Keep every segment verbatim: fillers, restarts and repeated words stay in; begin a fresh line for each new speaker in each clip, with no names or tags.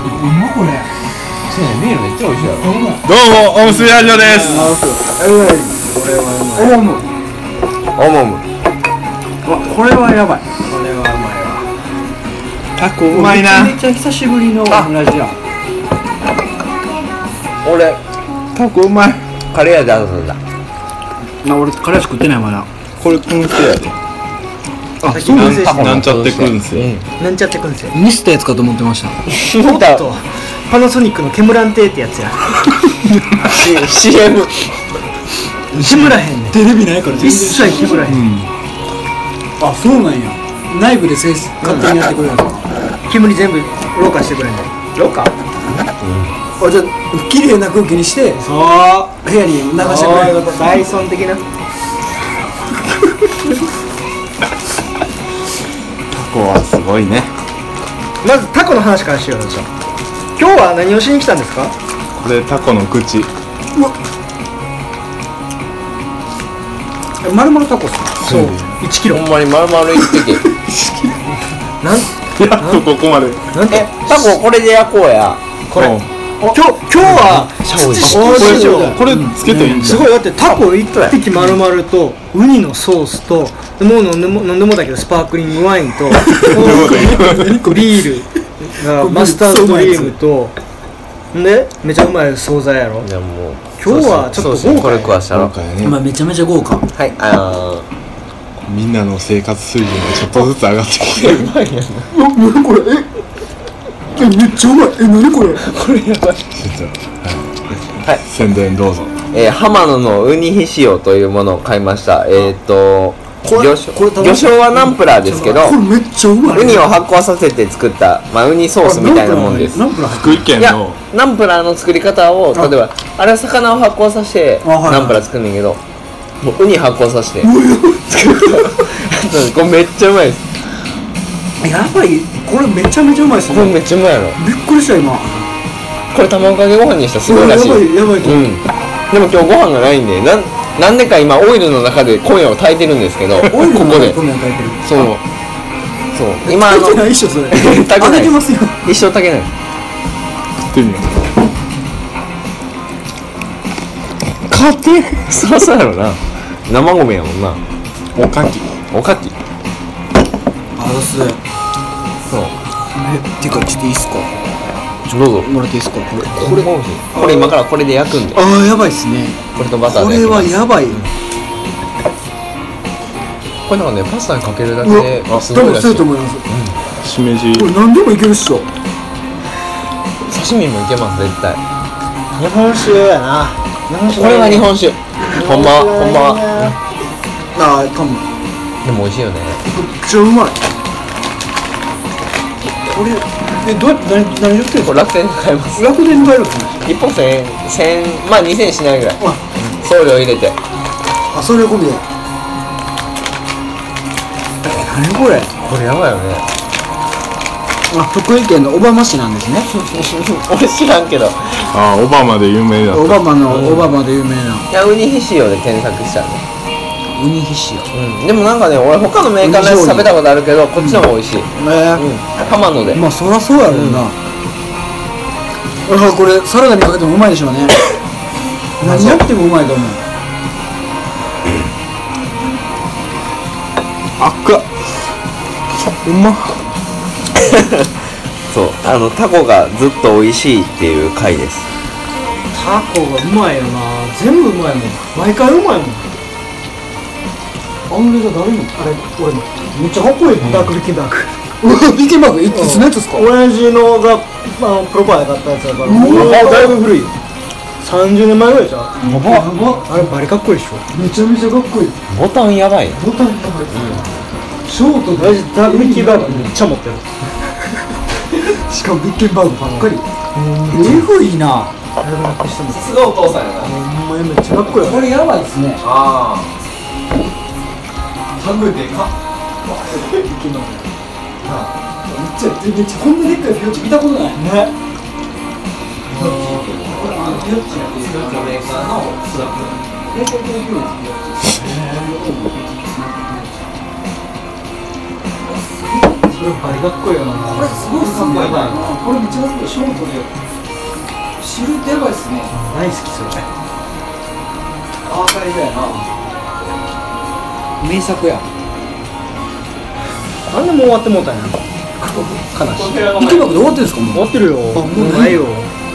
うまこれ。
そうね、ビールめっちゃ美味しいやろ。
どうもおむすびラジオです。
これはうまい。おもむ。
おもむ。
これはやばい。
これはうまいわ。
タコうまいな。
めっちゃ久しぶりのオムラジや。
俺
タコうまい。
カレー屋で遊んだ。
な俺カレー食ってないまだ。
これ燻製やで。
あ、そうなんです
なんちゃって燻製。
なんちゃってくんですよ。
ミスったやつかと思ってました。
おっとパナソニックのケムランテってやつや。
シーエム
煙らへんねん。
テレビないから
一切煙らへん。
あ、そうなんや。内部で勝手にやってくれるんですか。
煙全部ろ過してくれんねん。ろ過？
あ、じゃあ綺麗な空気にして
そう。
部屋に流してくれる。
ダイソン的な。
タコはすごいね。
まずタコの話からしようよ。じゃあ今日は何をしに来たんですか？
これタコの口。
丸々タコっすか。
そう。いちキロ。
ほんまに丸々いってけ。
なん
やっとここまで。
なんて
タコこれで焼こうや。
これ。
うん
今日今日は
美味しい。
おいしいよ。
これつけていいんじゃん。
すごいだってタコ一匹丸々とウニのソースともう飲んでも飲んでもだけどスパークリングワインとビールがマスタードクリームとでめちゃうまい惣菜やろ。
じゃあもう
今日はちょっと豪華や
これ食わしたろ。
今回ね、
まあめちゃめちゃ豪華。
はい、あ
みんなの生活水準がちょっとずつ上がってきてる。
ーうまいやん。
うわ、何これ。ええ、めっちゃうまい。え、何これ。
これやばい。はい、
宣伝どうぞ。
えー、浜野のウニひ塩というものを買いました。えっ、ー、と
これ
魚醤
これ
魚醤はナンプラーですけど、
これめっちゃうまい。
ウニを発酵させて作った、まあ、ウニソースみたいなもんです。
ナンプラー入
福井県
いや
の
ナンプラーの作り方を、例えばあれは魚を発酵させて
あはいはい
ナンプラー作るんだけど、もうウニ発酵させて作ったこれめっちゃうまいです。
ってる。やばい。これめちゃめちゃうまいっす
これ
ね。
めっちゃうまいやろ。
びっくりした今。
これ卵かけご飯にしたらすごいらしい。
やばいやばいと思う。
うん。でも今日ご飯がないんで、なんなんでか今オイルの中で今夜を炊いてるんですけど、
オイル
ここで
のこんなん書いてる。
そうそう今あの
書いてないっしょそれ。
炊けない
あげてますよ。
一生炊けない。
食ってみよ
勝手そりゃそうやろな。生米やもんな。
う。おかき。
おかき。
あざす。
そう。
え、てかちょっといいっすか。
どうぞ。
もらっていいっすか。これ
これこれ今からこれで焼くんで。
ああやばいっすね。
これとバター
これ
で焼きます。
はやばい。
これなんかねパスタにかけるだけ
うわ、
で
多
すごいらしい
分そうやと。思います。
しめじ。
これ何でもいけるっしょ。
刺身もいけます絶対。
日本酒やな。日本酒
これが日本酒。ほんまほんまは。
ああかも。
でも美味しいよね。
めっちゃうまい。これえどうやって何何言ってんの？
これ楽天で買えます。
楽天で買えるんですね。
一本千円千まあ二千円しないぐらい。
あ
送料入れて。
あそれ込みで。え何これ？
これやばいよね。
あ福井県の小浜市なんですね。
俺知らんけど。
ああ、オバマで有名だった。
小浜の小浜で有名な
いやウニひ塩で検索したらね。
ウニひ塩。
うん。でもなんかね俺他のメーカーのやつ食べたことあるけどこっちの方が美味しい。うん。
え
浜野で。
まあそりゃそうやろうな。あこれサラダにかけてもうまいでしょうね。何やってもうまいと思う。
あっか。うまっ。
そうあのタコがずっと美味しいっていう回です。
タコがうまいよな。全部うまいもん。毎回うまいもん。
あんれが誰の？
あれ俺のめっちゃかっこいいもん。ダークビッキンバーグ。
うわビキンバーグいつのやつですか？
親父のがあのプロパーで買ったやつだから。
うわ
だいぶ古いよ。さんじゅうねんまえぐらいじゃん。
やばやば。
あれバリかっこいいでしょ。
めちゃめちゃかっこいい。
ボタンやばいな。
ボタンやばい。ショートで
親父ダークビッキンバーグめっちゃ持ってる。
しかもビッケンバーグばっかり。えぐいな。
さすがお父さんやな。
お前めっちゃかっこいいよ。
これやばいですね。
ああ。ハグでか。
ビッケンバーグ。めっちゃめっちゃこんなでっかいビヨッチ見たことない。ね。
これあのビヨッチのビヨッチのメーカーのスラップ。
えこれビヨッチ。
これバリかっこいいよな。
これすごいっすね。これめっちゃかっこいい。ショートでシルエットやばいっすね。
大好きそれ。
アーカイブやな。名作や。
なんでもう終わってもうたんや。悲しい。
池箱で終わってるんですか？もう
終わってるよ。
あ、もう
ないよ。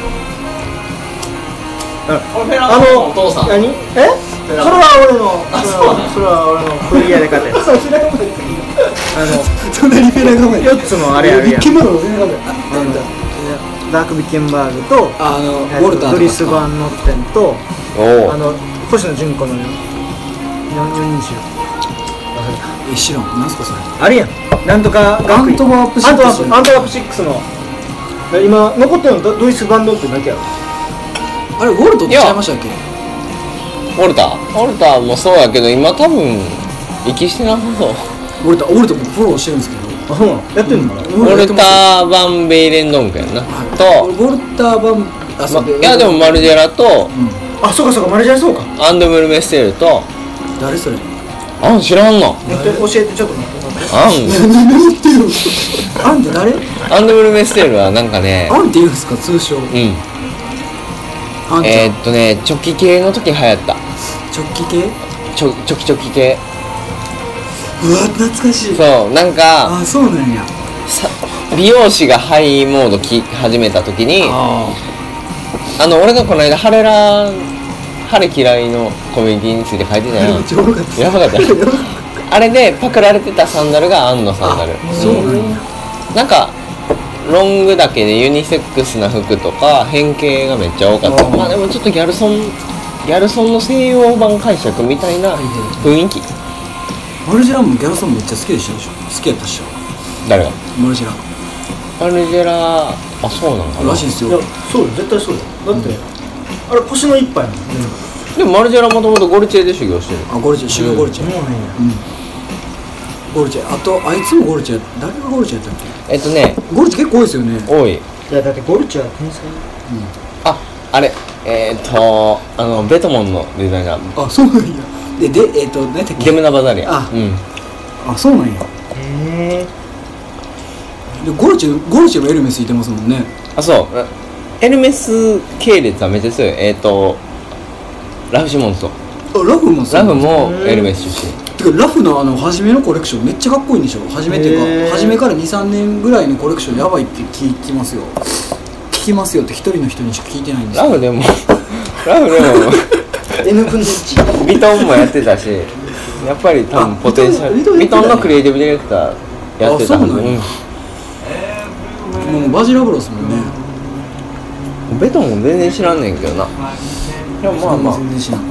あの
お父さん
何？え？それは俺の。それは俺のフリーヤで買ったやつ。あの
隣フェラガマや。
よっつのあれあるやん。
ビッケンバーグのフェラガマや。
ダークビッケンバーグと
あの
えっと
ウォルターとか
ドリス・バン・ノッテンと
おお
あの星野純子のよんじゅう
え、知らん。なんすかそれ。
あれやん。なんとか
アントワープシックス
アントワープアントワープシックスの今残ってるのドドリス・バン・ノッテンだけやろ。
あれウォルトってちゃいましたっけ？
ウォルターウォルターもそうやけど今多分息してなさそう。
ウォルターウォルトもフォローしてるんですけど。
あ、そうなの？やってんのかな。
ウォルター・バンベイレンドンクやんな、と、
ウォルター版あそう
まいやでもマルジェラと、
あ、そうかそうか、マルジャーそうか。
アンドムルメステルと、
誰それ？
あん知らんの？
教えて教えてちょっと待って。
あん
何メモってる？アンって誰？
アンドムルメステルはなんかね、
アンって言うんですか通称？
うん、
アンちゃん。
えー、っとねチョキ系の時流行った。
チョッキ系？
チョチョキチョキ系。
うわ懐かしい。
そうなんか
あ、そうなんや。
さ美容師がハイモードき始めた時に、あ
あ
の俺がこの間ハレラハレ嫌いのコミュニティについて書いてた
あ。
やん。
めっちゃおもろかった。
やばかったあれでパクられてたサンダルがアンのサンダル。
そうなんや。
なんかロングだけでユニセックスな服とか変形がめっちゃ多かった。
あー
まあでもちょっとギャルソンギャルソンの西洋版解釈みたいな雰囲気。
マルジェラもギャルソンめっちゃ好きでしたでしょ。好きやったっしょ。
誰が？
マルジェラ。
マルジェラ、あ、そうなんかな。
らしいです
いや
よ。、
そうよ、絶対そうよ。だって、あれ腰の一杯やもんね。
でもマルジェラもともとゴルチェで修行してる。
あ、ゴルチェ、修行ゴルチェ。
もうね。
ゴルチェ。あとあいつもゴルチェ。誰がゴルチェやったっ
えっとね、
け？ゴルチェ結構多いですよね。
多い。
いや、だってゴルチは天才。
あ、あれ、えー、っと、あの、ベトモンのデザイナー。
あ、そうなんや。ででえっと何やったっけ？
ゲムナバザリア。
あ
うん。
あ、そうなんや。
へ
でゴルチェゴルチェもエルメスいてますもんね。
あ、そう。エルメス系列はめっちゃ強い。えー、っと、ラフシモンズと。
あ、ラフもそう
ラ
なんですか？
フもエルメス出身。
てかラフのあの初めのコレクションめっちゃかっこいいんでしょ。初めっていう
へー
か初めからにさんねんぐらいのコレクションやばいって聞きますよ。聞きますよって一人の人にしか聞いてないんですよ。
ラフでも、ラフでも、
え。N 分のいち。
ビトンもやってたし、やっぱり多分ポテンシャル。
ビトン
ビトン
ビトンやってた
のクリエイティブディレクターやってたはず。
あそうなんやもうバジラブロスもんね。
うんベトンも全然知らんねんけどな。でもまあまあ。
全然知らん。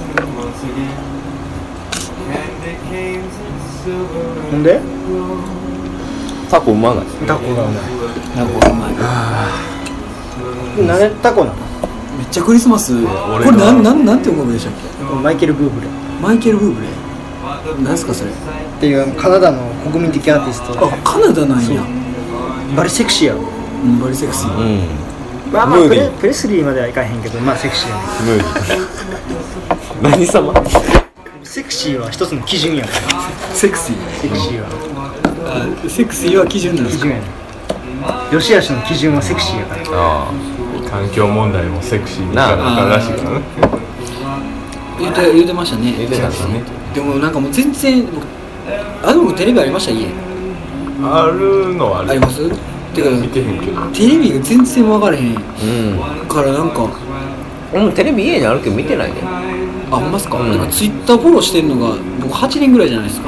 ほんで
タコうまない。
タコがうまい。
なんかうまい。
なんでタコなの？
めっちゃクリスマス。これなんなんなんて音楽でしたっけ？
マイケル・ブーブレっ
マイケル・ブーブレ。なんすかそれ？
ていうカナダの国民的アーティスト。
あ、カナダなんや。
バリセクシーやろ。
うん、バリセクシー。
うん。
まあまあプ
ムーディー
レプレスリーまではいかへんけど、まあセクシーやね。
無理。何様？
セクシーは一つの基準やから。
セクシー。
セクシーは
あ、セクシーは基準なんですか？
基準やね。よしあしの基準はセクシーやから。
あ
環境問題もセクシーになるからしいからね。
言って言ってましたね。
言ってたね。
でもなんかもう全然僕あでもテレビありました家。
あるのはある。
あります？てか
見てへんけど。
テレビが全然分からへん
あ。うん。
からなんか
俺もテレビ家にあるけど見てないね。
あ、ほんますか？
うん
なんかツイッターフォローしてんのが僕はちにんぐらいじゃないですか。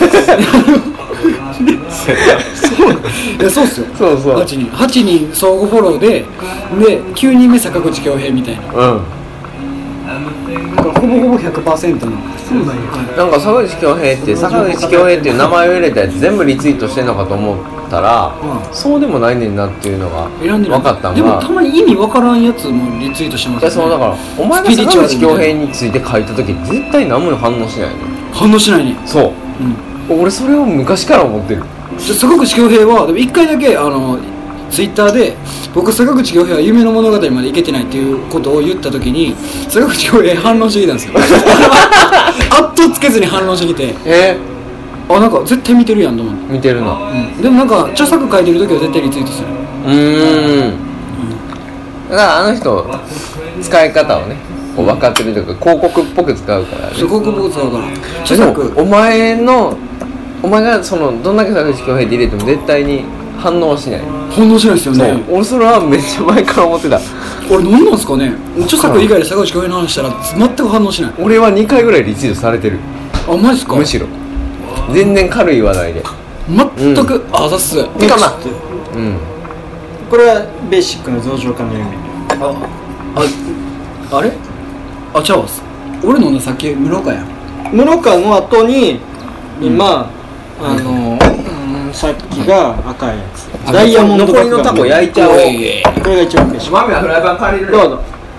いやそうっすよ。
そうそう
はちにんはちにん相互フォローでできゅうにんめ坂口恭平みたいな。
うん。
だからほぼほぼ ひゃくパーセント の。そうなんや。
なんか坂口恭平って坂口恭平っていう名前を入れたやつ全部リツイートしてんのかと思ったら、
うん
そうでもないねんなっていうのが
選んでない
分かったん
でも
が
たまに意味わからんやつもリツイートしてますよね。
でそのだからお前が
スピリチュア
坂
ルみたいな
口恭平について書いた時絶対何も反応しないの。
反応しないね。
そう
うん。
俺それを昔から思ってる。
坂口恭平はでも一回だけあのツイッターで僕坂口恭平は夢の物語までいけてないっていうことを言った時に坂口恭平反論してきたんですよ。あっとつけずに反論してきて
え
あなんか絶対見てるやんと思って、
見てるな。
うん、でもなんか著作書いてる時は絶対リツイートする。
うーん。だからあの人使い方をねこう分かってるというか広告っぽく使うからね。
広告っぽく使うから著
でも
作
お前のお前がそのどんだけ坂口恭平って入れても絶対に反応はしない。
反応しないですよね。
俺それはめっちゃ前から思ってた。
俺何なんすかね。著作以外で坂口恭平の話したら全く反応しない。
俺はにかいぐらいリツイートされてる。
あマジっすか。
むしろ全然軽い話題で
全く、うん、あざっす
てかまあうん
これはベーシックな増上化の夢。
あああれあちゃうわす。俺飲んださっき室岡や
室岡の後に今、うん、あの、うん、さっきが赤いやつダイヤモンド
残りのタコ焼いちゃおう。こ
れが一番ベーシック。
マミはフライパン借りる。
どうぞ。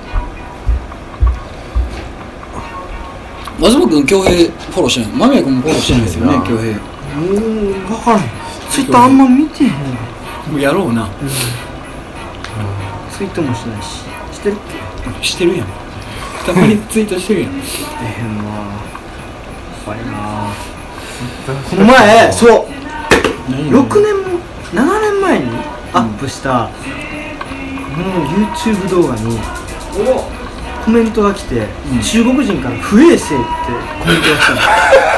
松本君恭平フォローしてない。間宮君もフォローしてないですよね恭平。
うーん分からへん。ツイッターあんま見てへん。
もうやろうな、うん、
ツイートもしないし。してるっ
け。してるやん。たまにツイートしてるやん。
してへんな。怖いな。この前そうろくねんもななねんまえにアップした、うん、の YouTube 動画にコメントが来て、うん、中国人から不衛生ってコメントが来たの。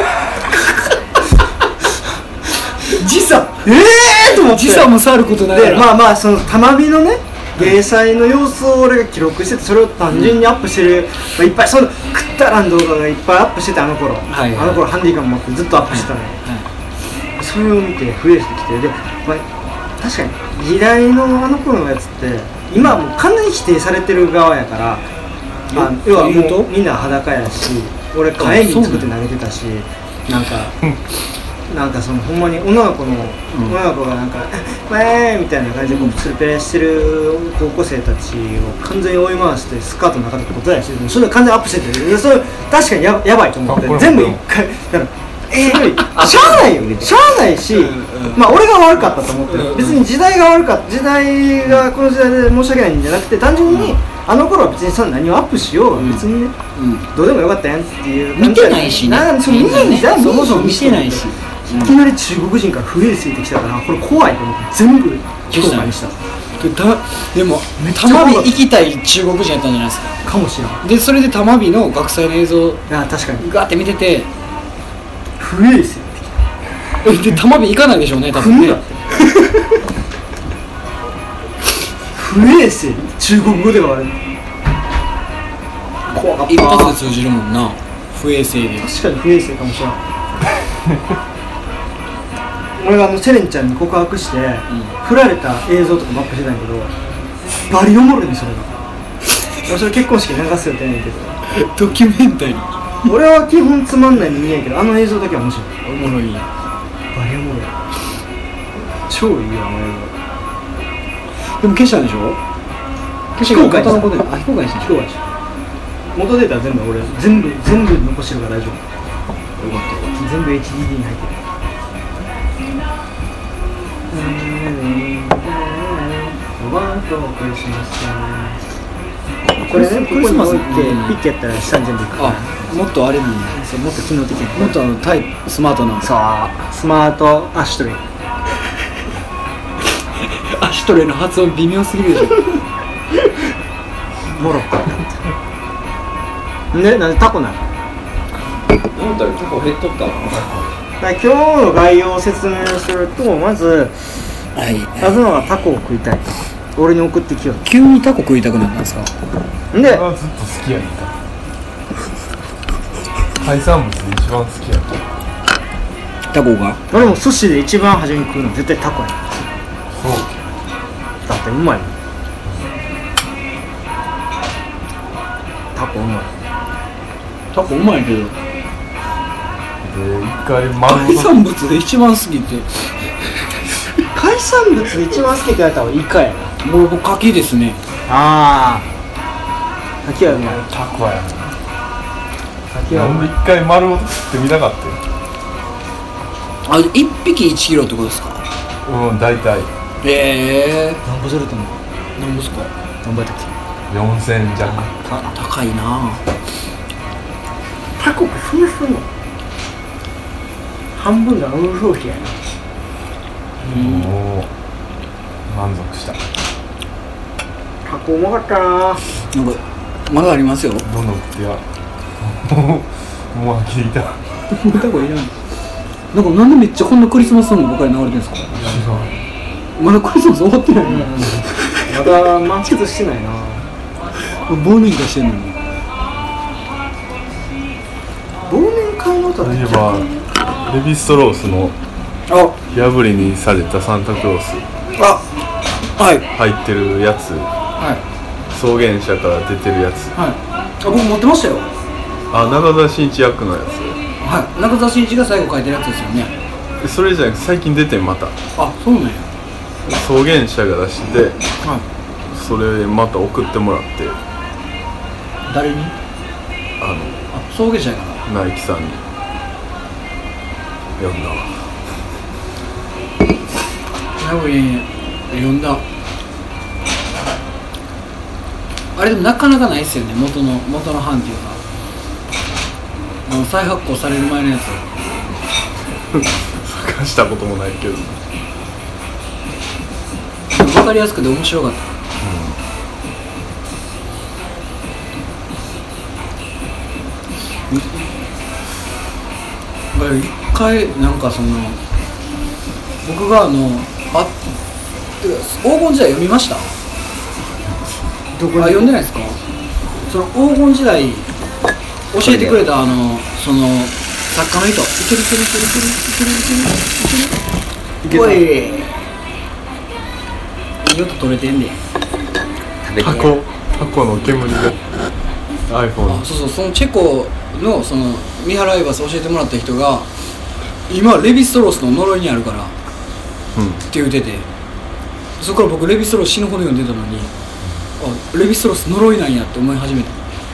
時差ええーと思って。
時差もさることながら
でまあまあその玉美のね芸祭の様子を俺が記録しててそれを単純にアップしてる、まあ、いっぱいその食ったらん動画がいっぱいアップしててあの頃、はいはい、あの頃ハンディカム持ってずっとアップしてたのよ、はいはい、それを見て増えてきてで、まあ、確かに時代のあの頃のやつって今はもう完全に否定されてる側やから、まあ、要はもうみんな裸やし俺火炎瓶作って投げてたしなんかなんかそのほんまに女の子の、うん、女の子がなんか「わーい」みたいな感じでこうプスルペレしてる高校生たちを完全に追い回してスカートの中で答えしてそれ完全にアップしててそれ確かに や, やばいと思って全部一回だからえー、しゃあないよしゃあないし、まあ俺が悪かったと思ってる別に時代が悪かった時代がこの時代で申し訳ないんじゃなくて単純にあの頃は別にその何をアップしようが別にね、うん、どうでもよかったやんっていう
見てないしね
そ見てない
そもそも見てないし
いきなり中国人から不衛生ってきたからこれ怖いと思って全部評価にした
でも玉美行きたい中国人やったんじゃないですか
かもしれない
でそれで玉美の学祭の映像
あ確かに
ガーって見てて
不衛生って
きたで玉美行かないでしょうね多分ね
不衛生中国語ではある怖かった
一発で通じるもんな不衛生で
確かに不衛生かもしれない俺があのセレンちゃんに告白して、うん、振られた映像とかもアップしてたんやけどバリおもろいねそれがそれ結婚式流す予定やねんけど
ドキュメンタリー
俺は基本つまんないの見えんけどあの映像だけは面白い
おもろい
バリおもろい超いいよあの映
像でも消したんでしょ
非公開にした
あ非公開にした
非公開にした元データは全部俺全部全部残してるから大丈夫よかった全部 エイチディーディー に入ってるこれね、ここに置いてピッてやったら下に全部いくから
あ、もっとあれに
そうもっと機能的に
もっとあのタイスマートな
そうスマートアシュトレイ
アシュトレイの発音微妙すぎるでしょ
モロッコね、なんでタコなの
思ったよりタコ減っとったな
だ今日の概要を説明するとまず
はい
東がタコを食いたいと俺に送ってきよう
急にタコ食いたくなったんですか
で俺はずっと好きやねん海産物で一番好きやねん
タコが
俺も寿司で一番初めに食うの絶対タコや
そう
だってうまいもんタコうまい
タコうまいけど
で一回丸
海産物で一番好きって
海産物で一番好きって言われたらイカやな
俺僕カキですね
ああカキはうまい
タコや
カキはうまい
なんで一回丸ごと食ってみたかったよ
あ一匹いちキロってことですか
うん大体
ええー、
何ぼすると思う
何ぼすか
何ぼやったっけ
よんせん弱
た高いな
タコってそんなすんの半分がウーローキやな。
おお満足した。
タコうまかったな。
なんかまだありますよ。
どんどん食ってや。もうもう飽きてきた。
歌子いらない。なんかなんでめっちゃこんなクリスマスソングばかり流れてるんですか。まだクリスマス終わってないな。
まだ満喫してないな。
忘年会してんのに。
忘年会の歌だっけ。
例えばレヴィストロースの
あ、
破りにされたサンタクロース
あ、はい
入ってるやつ、
はい
草原社から出てるやつ。
はい。あ、僕持ってましたよ。
あ、中田新一役のや
はい。中澤慎一が最後書いてるやつですよね。
つ。それじゃなくて最近出てんまた
あ、そうなんや。
草原社が出して
はい。
それまた送ってもらって
誰に？
あ
あ、草原者やから。
のナイキさんに読んだわ。
やぶり読んだ。あれでもなかなかないっすよね、元の元の版っていうか、あの再発行される前のやつ。
探したこともないけど。
分かりやすくて面白かった。うん、一回なんかその僕があのあてか黄金時代読みました？どこあ読んでないですか？その黄金時代教えてくれたあのその作家の人。いけるいけるいけるいけるいけるいけるいける。おい、いい音取れてんで。
食べて
タコタコの煙が iPhone
あ、そうそう、そのチェコのその三原アイバス教えてもらった人が今レヴィストロースの呪いにあるからって言ってて、そこから僕レヴィストロース死ぬほど読んでたのに、あ、レヴィストロース呪いなんやって思い始めた。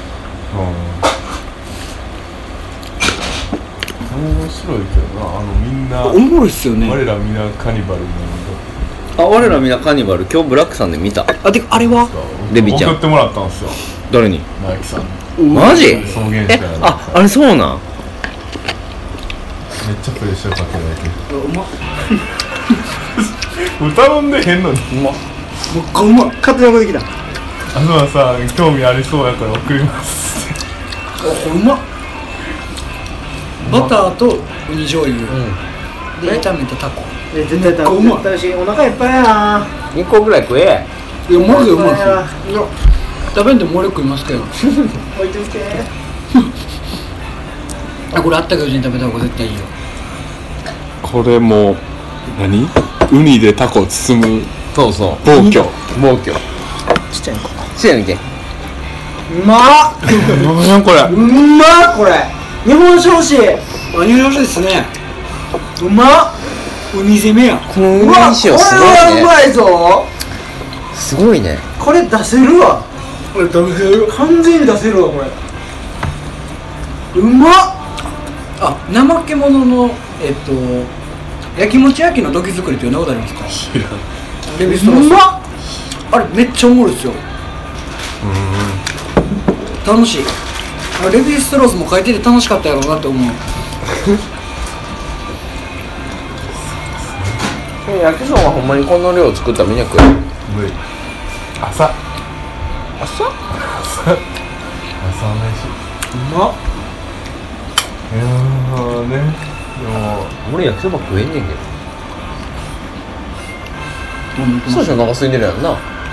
面白いけどな、あのみんな
おもろいっすよね。
我らみんなカニバルになる
あ、我らみんなカニバル今日ブラックさんで見た。
あ、てかあれは
レビちゃん
送ってもらったんですよ、
誰に？
ナイキさんに。
マジ？
草原
え
社や、な
あ、あれそうなん？
めっちゃプレッシャーかけられてる。
うまっ。
歌うんでへんのに。
うまっ。
もううまっ。
勝手なことできた。
東さん興味ありそうやから送りますって。
あ、うまっ。バターとウニ醤油、で炒めたタコ。
え、絶対食べ
うまい
絶対美味しい。お腹いっぱいやな。
にこぐらい食え。
いや、マジでうまいっすよ。
いや、
食べんでも俺食いますけど。
置いといて。
あ、これあったかいうちに食べた方が絶対いいよ。
これもう何？ウニでタコを包む
そうそう。
暴挙。
暴挙。
ちっちゃい子。
ちっちゃいのけ。
うまっ。
何これ？
うまっこれ。日本酒欲しい。
あ、入場してですね。
うまっ。
ウニ攻めや。
このウニ
うわ、これ
塩すごい
はう
ね。
まいぞ。
すごいね。
これ出せるわ。
これ食べれる。
完全に出せるわこれ。うまっ。
あ、怠け者のえっと焼きもち焼きの土器作りって読んだことありますか？
知らん。
レヴィストロース。
うまっ。
あれめっちゃおもろいですよ。楽しい。あ、レヴィストロースも書いてて楽しかったやろうなって思う。
焼きそばはほんまにこの量作ったらみんな食う。
無理。朝
朝？
朝朝飯。
うまっ。
いやーね、でも
俺焼きそば食えんねんけど。
うん、
そうじゃお腹空いてるやんな。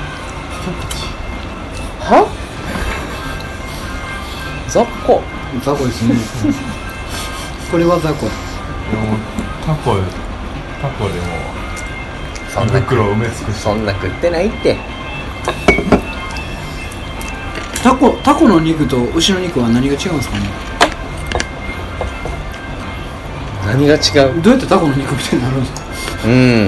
は？雑魚。
雑魚ですね。これは雑魚。
でもタコタコでも
そんな
胃袋を埋め尽くし
そんな食ってないって。
タコタコの肉と牛の肉は何が違うんですかね？
何が違う？
どうやってタコの肉みたいになるんですか？
うん。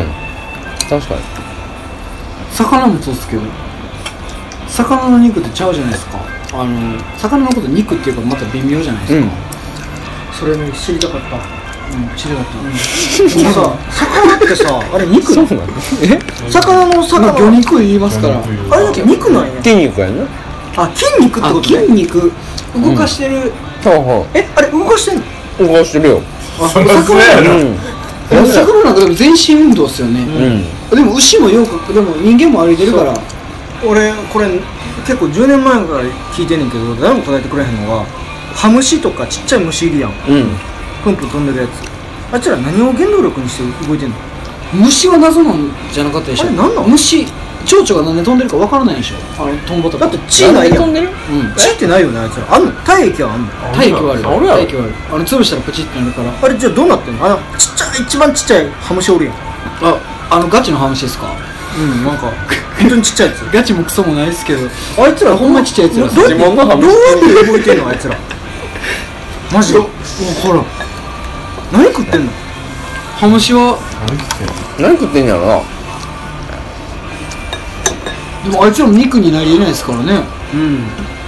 確かに。
魚もそうですけど、魚の肉ってちゃうじゃないですか。あの魚のこと肉っていうかまた微妙じゃないですか。
それね知りたかった。
うん、知らなかった。
でもさ、魚ってさ、あれ肉
そうなの？え？
魚の
ま
魚
あ魚肉言いますから。
あれだって肉なんや。
筋肉やな。
あ、筋肉って
あ、
ことね。
筋肉動かしてる。
ほうほ
え、あれ動かしてんの？
う。動かしてるよ。
あ、お
そりゃそう
魚
やな、
うん
お魚なんかでも全身運動っすよね、
うん
でも牛もよくでも人間も歩いてるから
俺これ結構じゅうねんまえから聞いてんねんけど誰も答えてくれへんのがハムシとかちっちゃい虫いるやん
うん
プンプン飛んでるやつあいつら何を原動力にして動いてんの
虫は謎なんじゃなかったでしょ。
あれ何なの
虫蝶々がなんで飛んでるかわからないでしょ。あのトンボとか
だって血ないやん
飛んでる
うん
血ってないよねあいつらあんの体液はあんの
体液はある
あるやろ
体液はあるあの潰したらプチってなるから
あれじゃあどうなってんのあのちっちゃい一番ちっちゃいハムシおるやん
ああのガチの話ですか。
うんなんか本当にちっちゃいやつ
ガチもクソもないですけど
あいつら
ほんまちっちゃいやつら
どうやって
自分のハム
どうやって動いてんのあいつらマジで
もうほら
何食ってんの
ハムシは
何食ってんやろな
でもあいつらも肉になり得ないですからね。
うん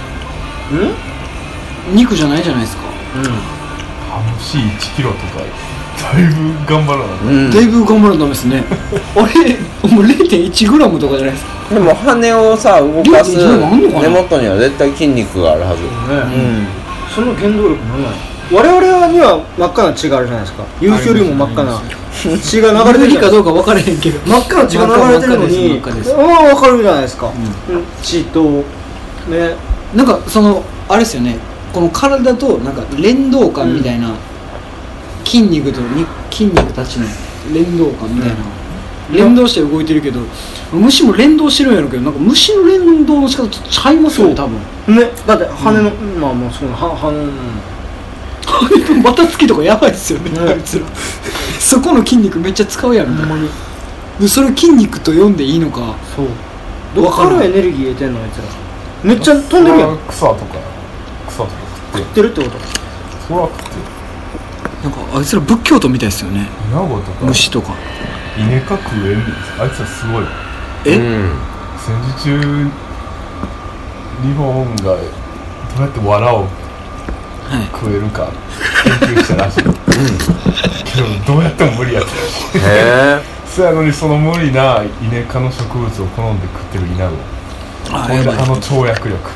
肉じゃないじゃないですか。
ハムシいちキロとかだいぶ頑張らな
うん
だいぶ頑張らんとダメですねあれもう れいてんいちグラム とかじゃないですか。
でも羽をさ動かす
リュウジそれもあんのかな
根元には絶対筋肉があるはず
ねその原動力なんなの我々には真っ赤な血があるじゃないですか夕日よりも真っ赤な血が流れてるじゃない
かどうか分からへんけど
真っ赤な血が流れてるのに
真っ赤です
ああ分かるじゃないですか、うん血とね
なんかそのあれですよねこの体となんか連動感みたいな、筋肉とに筋肉たちの連動感みたいな、連動して動いてるけど虫も連動してるんやろうけどなんか虫の連動の仕方とちゃいますよね多分
ねだって羽の、まあもうそうは羽の
羽のバタつきとかやばいっすよね、
ね
あいつらそこの筋肉めっちゃ使うやんみたいなでそれ筋肉と読んでいいのか
そうどっからエネルギー得てんのあいつらめっちゃ飛んでるやん
草とか草とか食って
食ってるってこと
そら食って
なんかあいつら仏教徒みたいですよね
イナゴとか
虫とか
イネ科食えるんですあいつはすごい
え、
うん
戦時中日本がどうやって藁を
はい
食えるか研究したらしいけどどうやっても無理やったらしい
へえ
そやのにその無理なイネ科の植物を好んで食ってるイナゴ
あやばい
これであの跳躍力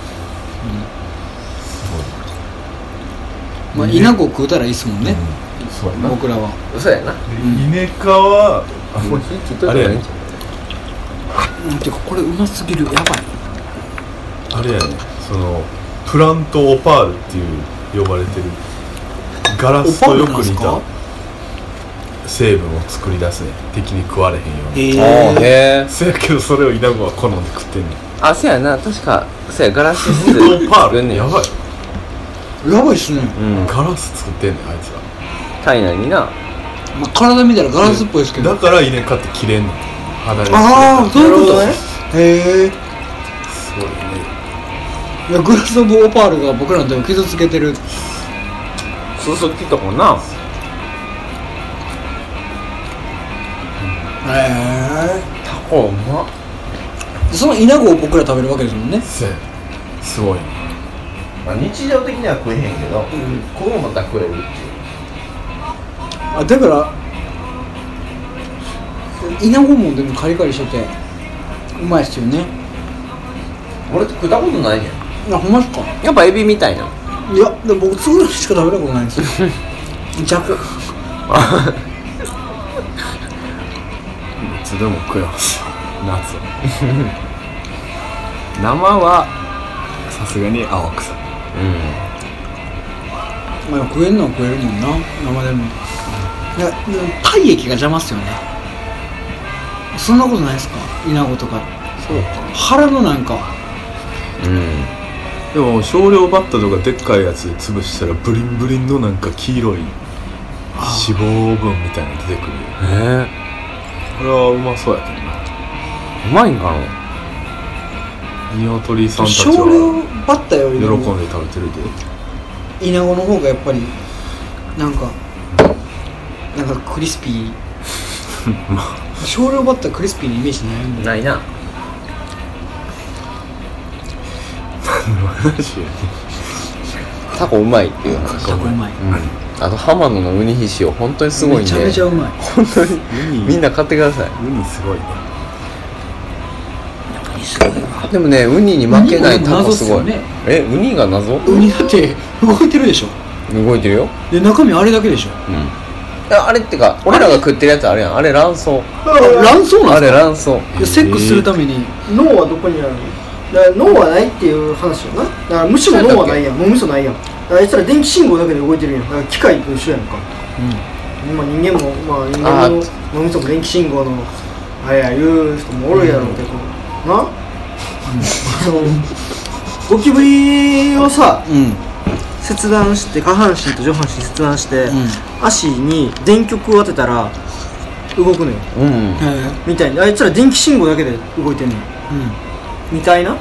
まあ稲子食うたらいいっすもんね、
そうやな
僕らは
嘘やな
でイネ科は
もう火切っといた方がいいんちゃ
うんてかこれうますぎるやばい
あれやねそのプラントオパールっていう呼ばれてるガラスとよく似た成分を作り出すね敵に食われへんように
うあ
へえ
あへえ
そやけどそれをイナゴは好んで食ってんねん
あそうやな確かそうやガラス質
プラントオパー
作んねん
ルやばい
やばいっすね、
うん
ガラス作ってんねんあいつら
体内にな
まあ、体見たらガラスっぽいですけど
だからイネ科って切れんねん肌で
ああそういうこと
なるほどね
へえ
すごいね
いやグラスオブオパールが僕らの手を傷つけてる
そうそう切ったもんな
へえ
タコうまっ
そのイナゴを僕ら食べるわけですもんね
せやすごい
まあ日常的には食えへんけど、ここもまた食えるっていう
あだからイナゴもでもカリカリしててうまいっすよね
俺って食ったことないねん
あほんまっすか
やっぱエビみたいない
やでも僕つぐらいしか食べたことないんですよじゃこ
いつでも食えます夏は生はさすがに青臭
う
まあ食えんのは食えるもんな生でもいやでも体液が邪魔っすよねそんなことないですかイナゴとか
そうか
腹のなんか
うん
でも少量バッタとかでっかいやつで潰したらブリンブリンのなんか黄色い脂肪分みたいなの出てくる
へえ
これはうまそうやけどな
うまいんかな
鶏さんたち
少量
は
バッタより
喜ん
でも
で食べてるで
イナゴの方がやっぱりなんかなんかクリスピー少量バッタクリスピーなイメージないんで
ないなタコうまいっていう話
タコうまい
あと浜野のウニひしお本当にすごいんで
めちゃめちゃうまい
本当に
ウニ
みんな買ってください
ウニすごいね
ウニすごいわ
でもねウニに負けないタコすごい、
ウニも謎っすよね
えウニが謎
ウニだって動いてるでしょ
動いてるよ。
で中身あれだけでしょ。
うん。あれってか俺らが食ってるやつあるやん。あれ卵巣。
あ卵巣なん
あ
ですか。
れ卵巣。
いやセックスするために
脳はどこにあるの？だから脳はないっていう話よな。だからむしろ脳はないやん。脳みそないやん。だからあいつら電気信号だけで動いてるやん。だから機械と一緒やんか。うん。まあ人間もまあ人間の脳みそも電気信号のあれや言う人もおるやろうけど、な。そのゴキブリをさ、
うん
切断して下半身と上半身切断して、
うん
足に電極を当てたら動くのよ
うん。
へ
みたいに。あいつら電気信号だけで動いてんのよ
え
みたいな。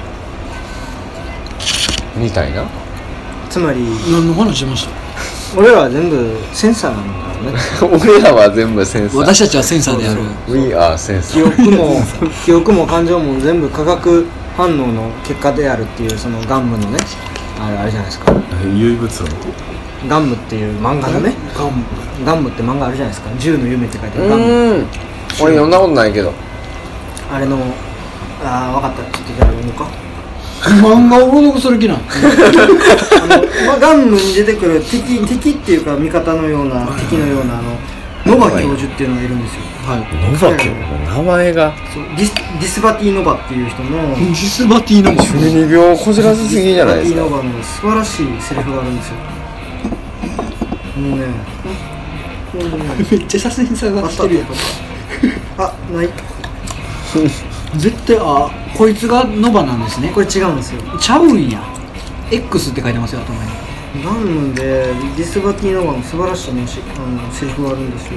みたいな。
つまり
うん何の話しました。
俺らは全部センサーなんだろうね。
俺らは全部センサー。
私たちはセンサーである。
We are センサ
記
ー。
憶も記憶も感情も全部化学反応の結果であるっていう、そのガンムのねあれあれじゃないですか。
唯物論
ガンムっていう漫画のね、
ガム
ガンムって漫画あるじゃないですか。銃の夢って書いてあ
う
るガンム。
ーん。俺読んだことないけど。
あれのああ分かった。ちょっとじゃあ読もうか。
漫画を朗読する気なん。
あの、まあ、ガンムに出てくる敵敵っていうか味方のような敵のようなあのノバ教授っていうのがいるんですよ。
はい。
ノバ教の名前が
そうディスディスバティノバっていう人の
ディスバティの
中二病をこじらせすぎじゃないですか。
ディスバティノバの素晴らしいセリフがあるんですよ。もうね、ほんとにね
めっちゃ写真探してるやん。
あ、ない
絶対あこいつがノバなんですね。
これ違うんですよ。
ちゃうんや。 X って書いてますよ頭に。
ガンムでディスバティノバの素晴らしい、ね、しあのセリフがあるんですよ。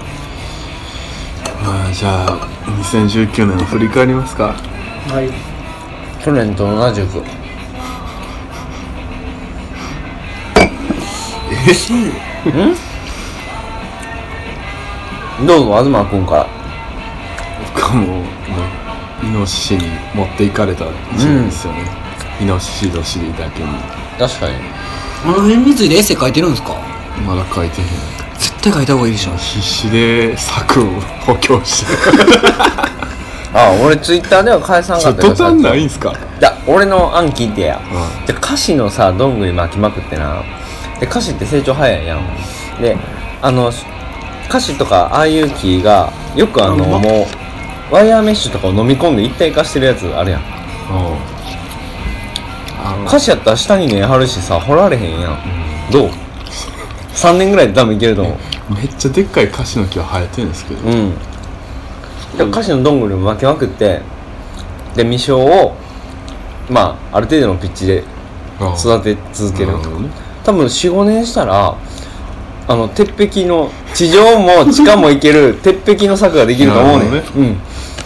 まあじゃあにせんじゅうきゅうねんを振り返りますか。
はい。
去年と同じく。んどうぞ東君から。
僕はもうイノシシに持っていかれた一年ですよね、イノシシ年だけに。
確かに。
あの辺についてエッセイ書いてるんですか。
まだ書いてへん。
絶対書いた方がいいでしょ。
必死で策を補強して
あ、俺ツイッターでは返さんかった
途端ないんすか。
いや、俺の案聞いてや、
う
で歌詞のさどんぐり巻きまくってな。で歌詞って成長早いやん。であの歌詞とかああいう木がよくあの
あの
もうワイヤーメッシュとかを飲み込んで一体化してるやつあるやん。
あの
歌詞やったら下に根張るしさ掘られへんやん。どうさんねんぐらいで多分いけると思う。
めっちゃでっかいカシの木は生えてるんですけど、
うん。で歌詞のどんぐりを巻きまくってで未生をまあある程度のピッチで育て続ける。
なほどね。
多分 よん,ご 年したらあの鉄壁の地上も地下も行ける鉄壁の柵ができると思うねん。
なるほ
うん。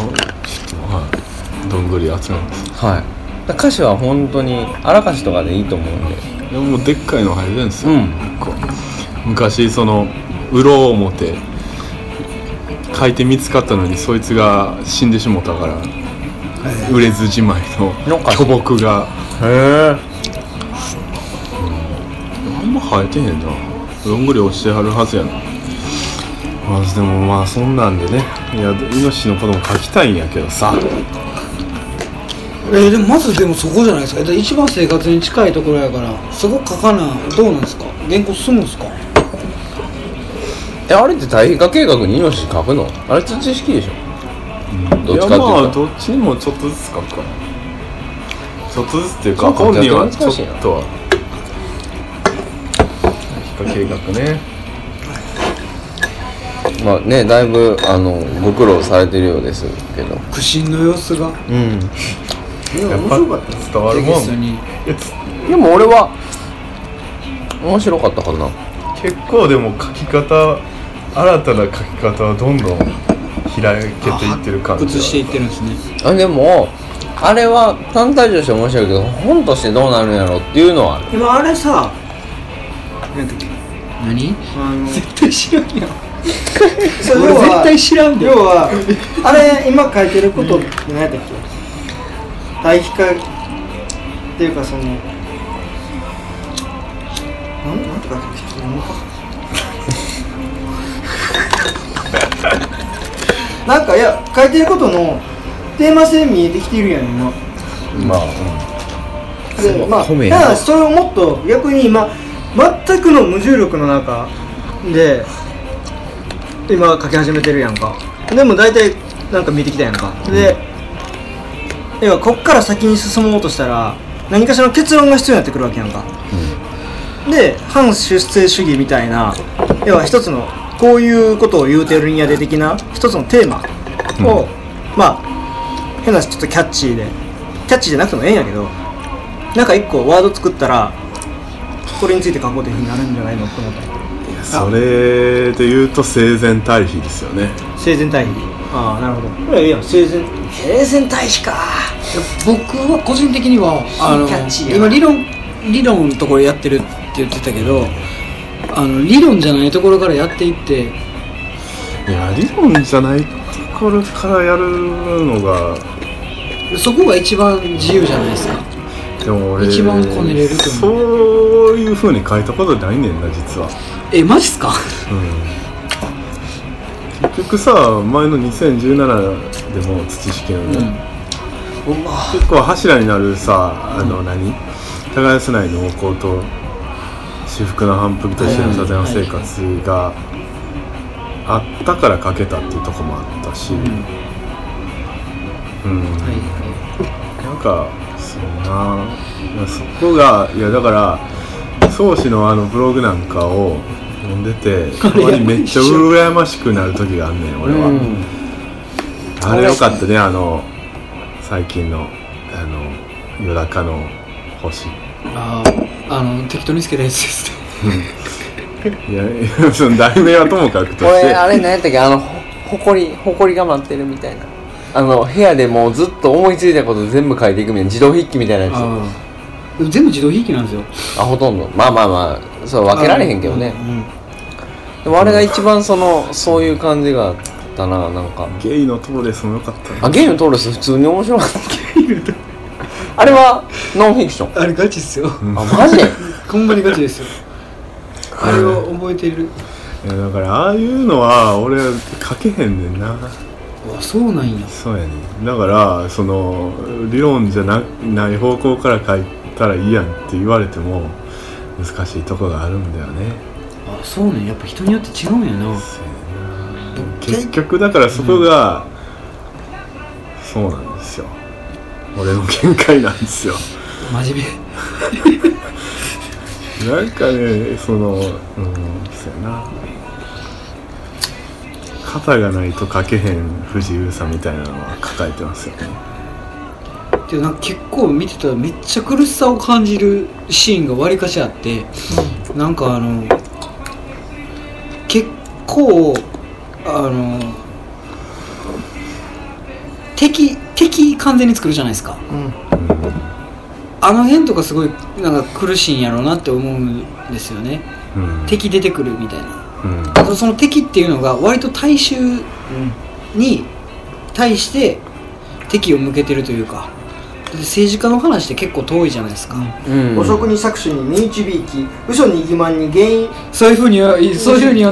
はいどんぐり集めます。
はい。だ歌詞は本当に荒歌詞とかでいいと思うんで。
でももうでっかいの生えてるんですよ、
うん
こう昔その売ろう思って書いて見つかったのにそいつが死んでしもたから売れずじまいの
の歌詞
巨木が
へえ。
あんま生えてへんな。どんぐり落ちてはるはずやな。まあでもまあそんなんでね、いやイノシシのことも書きたいんやけどさ、
えー、でもまずでもそこじゃないですか。一番生活に近いところやからそこ書かなどうなんですか。原稿進むんですか。
え、あれって対比化計画にイノシシ書くの？あれ土式でしょ。どっちかっていうと
いやまあどっちにもちょっとずつ書くからちょっとずつっていうか
そうか
本人はちょ
難しいな
っとは対比化計画ね。
まあね、だいぶあのご苦労されてるようですけど。
苦心の様子が
うん。
やっぱ伝わるもん。
テキストに
でも俺は面白かったかな。
結構でも書き方新たな書き方はどんどん開けていってる感じ
発掘していってるんですね。
あ、でもあれは単体として面白いけど本としてどうなるんやろっていうのはある。
今あれさ、なんだっけ、
何
あの
絶対知らんやん。
そう
俺絶対知らんで。
要はあれ今書いてることって何やったっけ。対比化っていうかそのなんなんて書いてるっけ。ちょっと読もうか。なんかいや書いてることのテーマ性見えてきているやん今。
まあ、
でまあ
褒め
だからそれをもっと逆に今全くの無重力の中で今書き始めてるやんか。でも大体なんか見てきたやんか。で要はこっから先に進もうとしたら何かしらの結論が必要になってくるわけやんか、うん、で反出世主義みたいな要は一つのこういうことを言うてるんやで的な一つのテーマを、うん、まあ変なちょっとキャッチーでキャッチーじゃなくてもええんやけどなんか一個ワード作ったらこれについて書こうというふうになるんじゃないのって思ったり。
それで言うと生前対比ですよね。
生前対比。ああなるほど。これいいやん生前生前対比か。
僕は個人的にはあの今理論理論のところやってるって言ってたけどあの理論じゃないところからやっていって
いや理論じゃないところからやるのが
そこが一番自由じゃないですか。
でも俺
一番こねれると思う。
そういう風に書いたことないねんな実は。
えマジっすか、
うん、結局さ前のにせんじゅうななでも土式のね、うん、結構柱になるさあの何耕すない農耕と至福の反復としての里山生活があったから書けたっていうところもあったし、うん、うん、なんかそうなそこがいやだから宗師のあのブログなんかを読んでてたまにめっちゃ羨ましくなる時があんねん俺は、うん、あれよかったねあの最近のあの夜中の星
ああの適当につけたやつです
いやその題名はともかくとして
これあれ何やったっけあのほこりほこりが待ってるみたいなあの部屋でもうずっと思いついたこと全部書いていくみたいな自動筆記みたいなやつ
全部自動筆記なんですよ。
あほとんどまあまあまあそう分けられへんけどね、うんうん、でもあれが一番そのそういう感じがあったな。なんか
ゲイのトーレスも良かったね。
あゲイのトーレス普通に面白かったあれはノンフィクション。
あれガチっすよ、
うん、あマジ
ほんまにガチですよあれを覚えてる。
いやだからああいうのは俺書けへんねんな。
あそうなんや。
そうやねん。だからその理論じゃ な, ない方向から書いたらいいやんって言われても難しいとこがあるんだよね。
あそうねやっぱ人によって違うんやな。
結局だからそこが、うん、そうなんですよ俺の見解なんですよ。
真面
目なんかねそのうんそうやな肩がないと書けへん不自由さみたいなのは抱えてますよね。
でなんか結構見てたらめっちゃ苦しさを感じるシーンがわりかしあって、うん、なんかあの結構あの敵敵完全に作るじゃないですか、うん、あの辺とかすごいなんか苦しいんやろうなって思うんですよね、うん、敵出てくるみたいな、うん、その敵っていうのが割と大衆に対して敵を向けてるというか政治家の話って結構遠いじゃないですか、
うん、汚職に搾取に身内びいき嘘に欺瞞に原因
そういうふうにそういうふうに読